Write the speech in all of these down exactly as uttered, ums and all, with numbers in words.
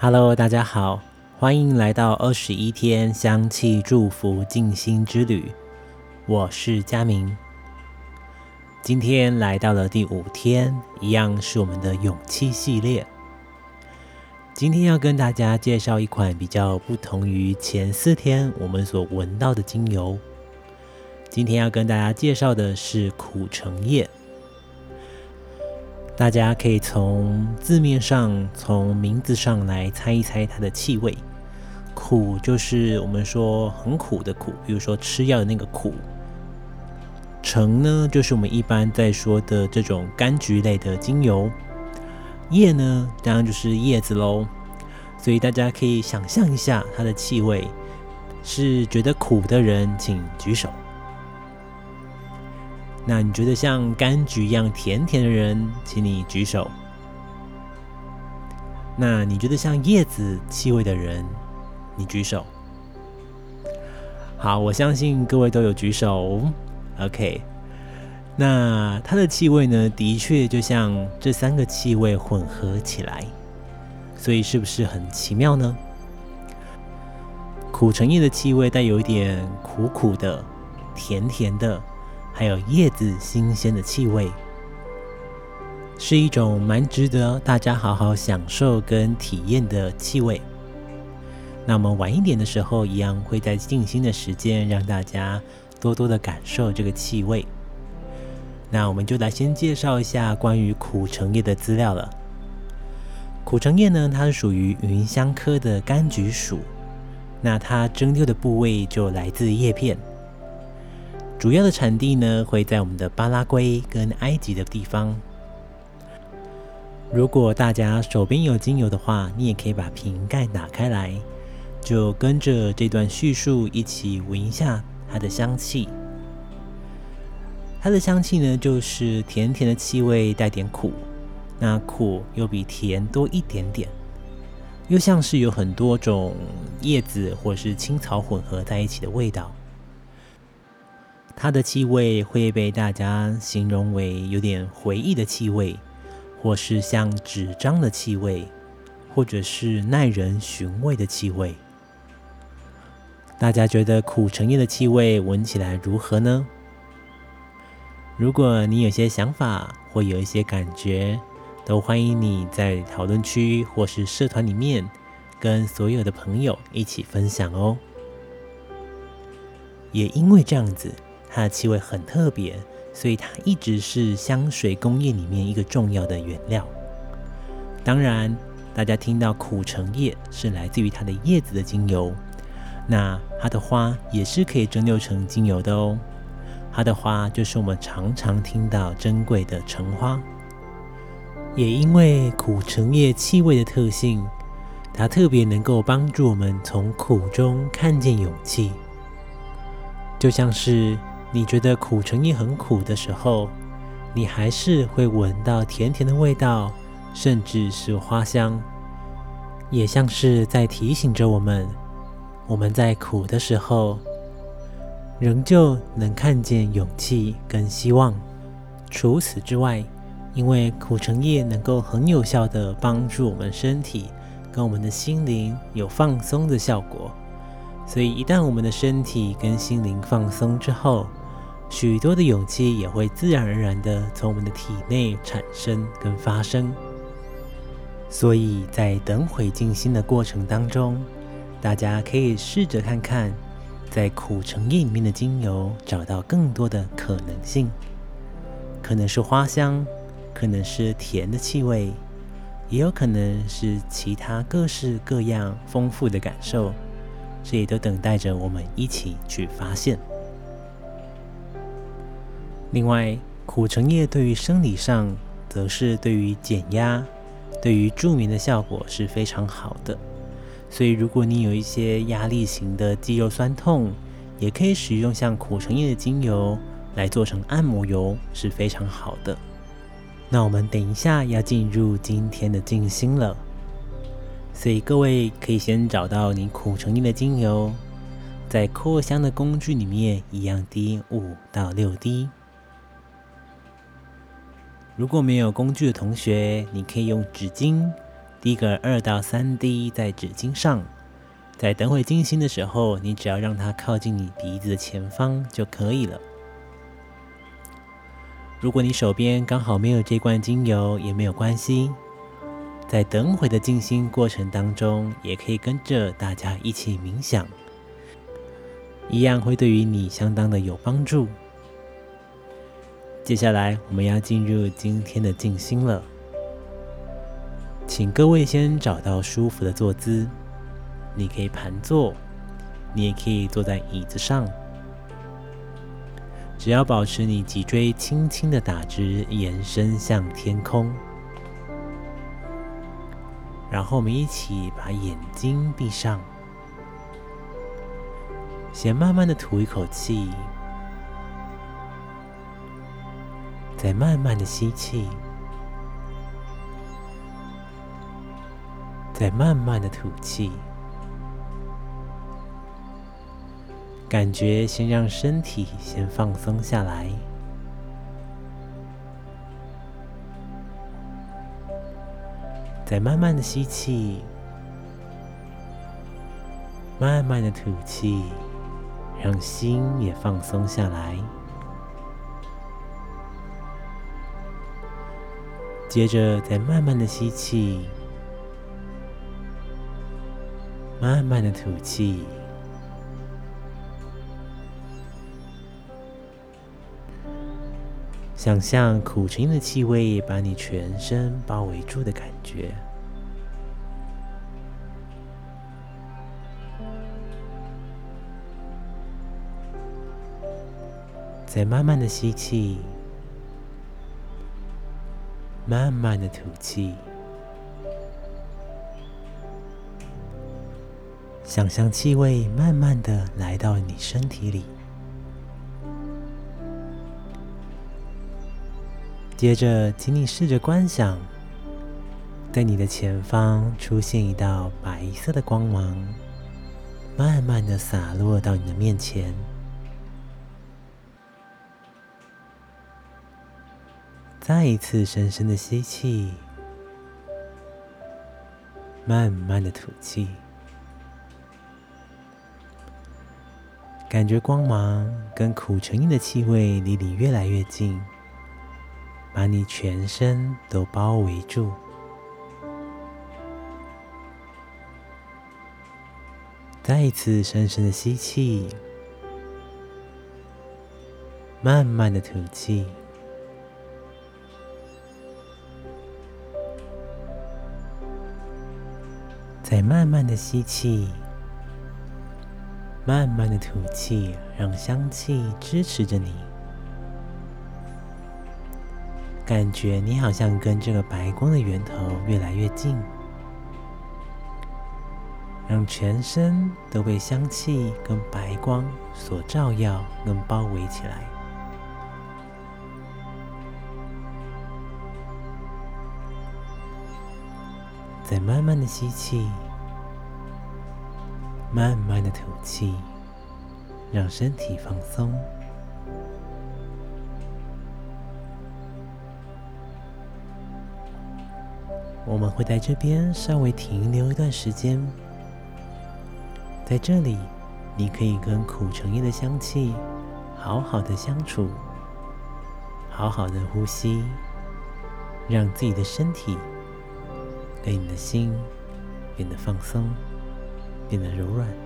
Hello， 大家好，欢迎来到二十一天香气祝福静心之旅。我是佳明，今天来到了第五天，一样是我们的勇气系列。今天要跟大家介绍一款比较不同于前四天我们所闻到的精油。今天要跟大家介绍的是苦橙叶。大家可以从字面上、从名字上来猜一猜它的气味。苦就是我们说很苦的苦，比如说吃药的那个苦。橙呢，就是我们一般在说的这种柑橘类的精油。叶呢，当然就是叶子咯。所以大家可以想象一下它的气味。是觉得苦的人请举手。那你觉得像柑橘一样甜甜的人，请你举手。那你觉得像叶子气味的人，你举手。好，我相信各位都有举手。OK， 那它的气味呢，的确就像这三个气味混合起来，所以是不是很奇妙呢？苦橙叶的气味带有一点苦苦的、甜甜的。还有叶子新鲜的气味，是一种蛮值得大家好好享受跟体验的气味。那我们晚一点的时候，一样会在静心的时间让大家多多的感受这个气味。那我们就来先介绍一下关于苦橙叶的资料了。苦橙叶呢，它是属于芸香科的柑橘属，那它蒸馏的部位就来自叶片。主要的产地呢，会在我们的巴拉圭跟埃及的地方。如果大家手边有精油的话，你也可以把瓶盖打开来，就跟着这段叙述一起闻一下它的香气。它的香气呢，就是甜甜的气味带点苦，那苦又比甜多一点点，又像是有很多种叶子或是青草混合在一起的味道。它的气味会被大家形容为有点回忆的气味，或是像纸张的气味，或者是耐人寻味的气味。大家觉得苦橙叶的气味闻起来如何呢？如果你有些想法或有一些感觉，都欢迎你在讨论区或是社团里面跟所有的朋友一起分享哦。也因为这样子，它的气味很特别，所以它一直是香水工业里面一个重要的原料。当然，大家听到苦橙叶是来自于它的叶子的精油，那它的花也是可以蒸馏成精油的哦。它的花就是我们常常听到珍贵的橙花。也因为苦橙叶气味的特性，它特别能够帮助我们从苦中看见勇气。就像是你觉得苦橙叶很苦的时候，你还是会闻到甜甜的味道，甚至是花香，也像是在提醒着我们，我们在苦的时候，仍旧能看见勇气跟希望。除此之外，因为苦橙叶能够很有效地帮助我们身体跟我们的心灵有放松的效果，所以一旦我们的身体跟心灵放松之后，许多的勇气也会自然而然的从我们的体内产生跟发生。所以在等会静心的过程当中，大家可以试着看看，在苦橙叶里面的精油找到更多的可能性，可能是花香，可能是甜的气味，也有可能是其他各式各样丰富的感受，这也都等待着我们一起去发现。另外，苦橙叶对于生理上，则是对于减压、对于助眠的效果是非常好的。所以如果你有一些压力型的肌肉酸痛，也可以使用像苦橙叶的精油来做成按摩油，是非常好的。那我们等一下要进入今天的静心了，所以各位可以先找到你苦橙叶的精油，在扩香的工具里面一样滴五到六滴。如果没有工具的同学，你可以用纸巾滴个二到三滴在纸巾上，在等会静心的时候，你只要让它靠近你鼻子的前方就可以了。如果你手边刚好没有这罐精油，也没有关系，在等会的静心过程当中，也可以跟着大家一起冥想，一样会对于你相当的有帮助。接下来我们要进入今天的静心了，请各位先找到舒服的坐姿，你可以盘坐，你也可以坐在椅子上，只要保持你脊椎轻轻的打直，延伸向天空。然后我们一起把眼睛闭上，先慢慢的吐一口气，再慢慢的吸气，再慢慢的吐气。感觉先让身体先放松下来，再慢慢的吸气，慢慢的吐气，让心也放松下来。接着再慢慢的吸气，慢慢的吐气。想象苦橙的气味把你全身包围住的感觉。再慢慢的吸气，慢慢的吐气。想象气味慢慢的来到你身体里。接着，请你试着观想，在你的前方出现一道白色的光芒，慢慢的洒落到你的面前。再一次深深的吸气，慢慢的吐气，感觉光芒跟苦橙叶的气味离你越来越近，把你全身都包围住。再一次深深的吸气，慢慢的吐气。再慢慢的吸气，慢慢的吐气，让香气支持着你。感觉你好像跟这个白光的源头越来越近，让全身都被香气跟白光所照耀跟包围起来。再慢慢的吸气，慢慢的吐气，让身体放松。我们会在这边稍微停留一段时间，在这里你可以跟苦橙叶的香气好好的相处，好好的呼吸，让自己的身体跟你的心变得放松，变得柔软。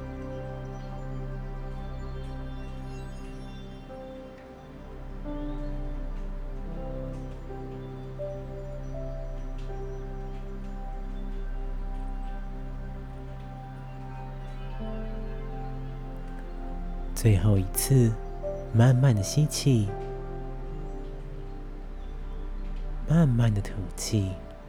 最后一次，慢慢的吸气，慢慢的吐气。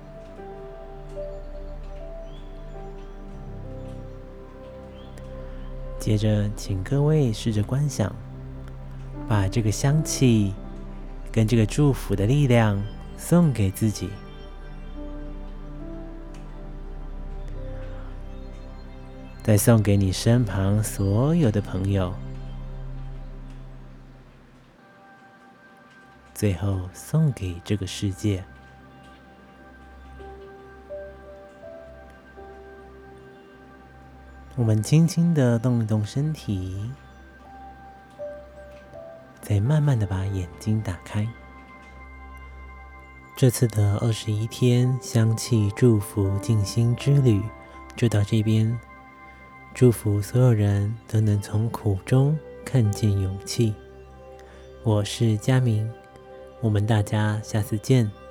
接着，请各位试着观想，把这个香气跟这个祝福的力量送给自己，再送给你身旁所有的朋友，最后送给这个世界。 我们轻轻地动一动身体，再慢慢地把眼睛打开。这次的二十一天香气祝福静心之旅就到这边，祝福所有人都能从苦中看见勇气。我是佳明，我们大家下次见。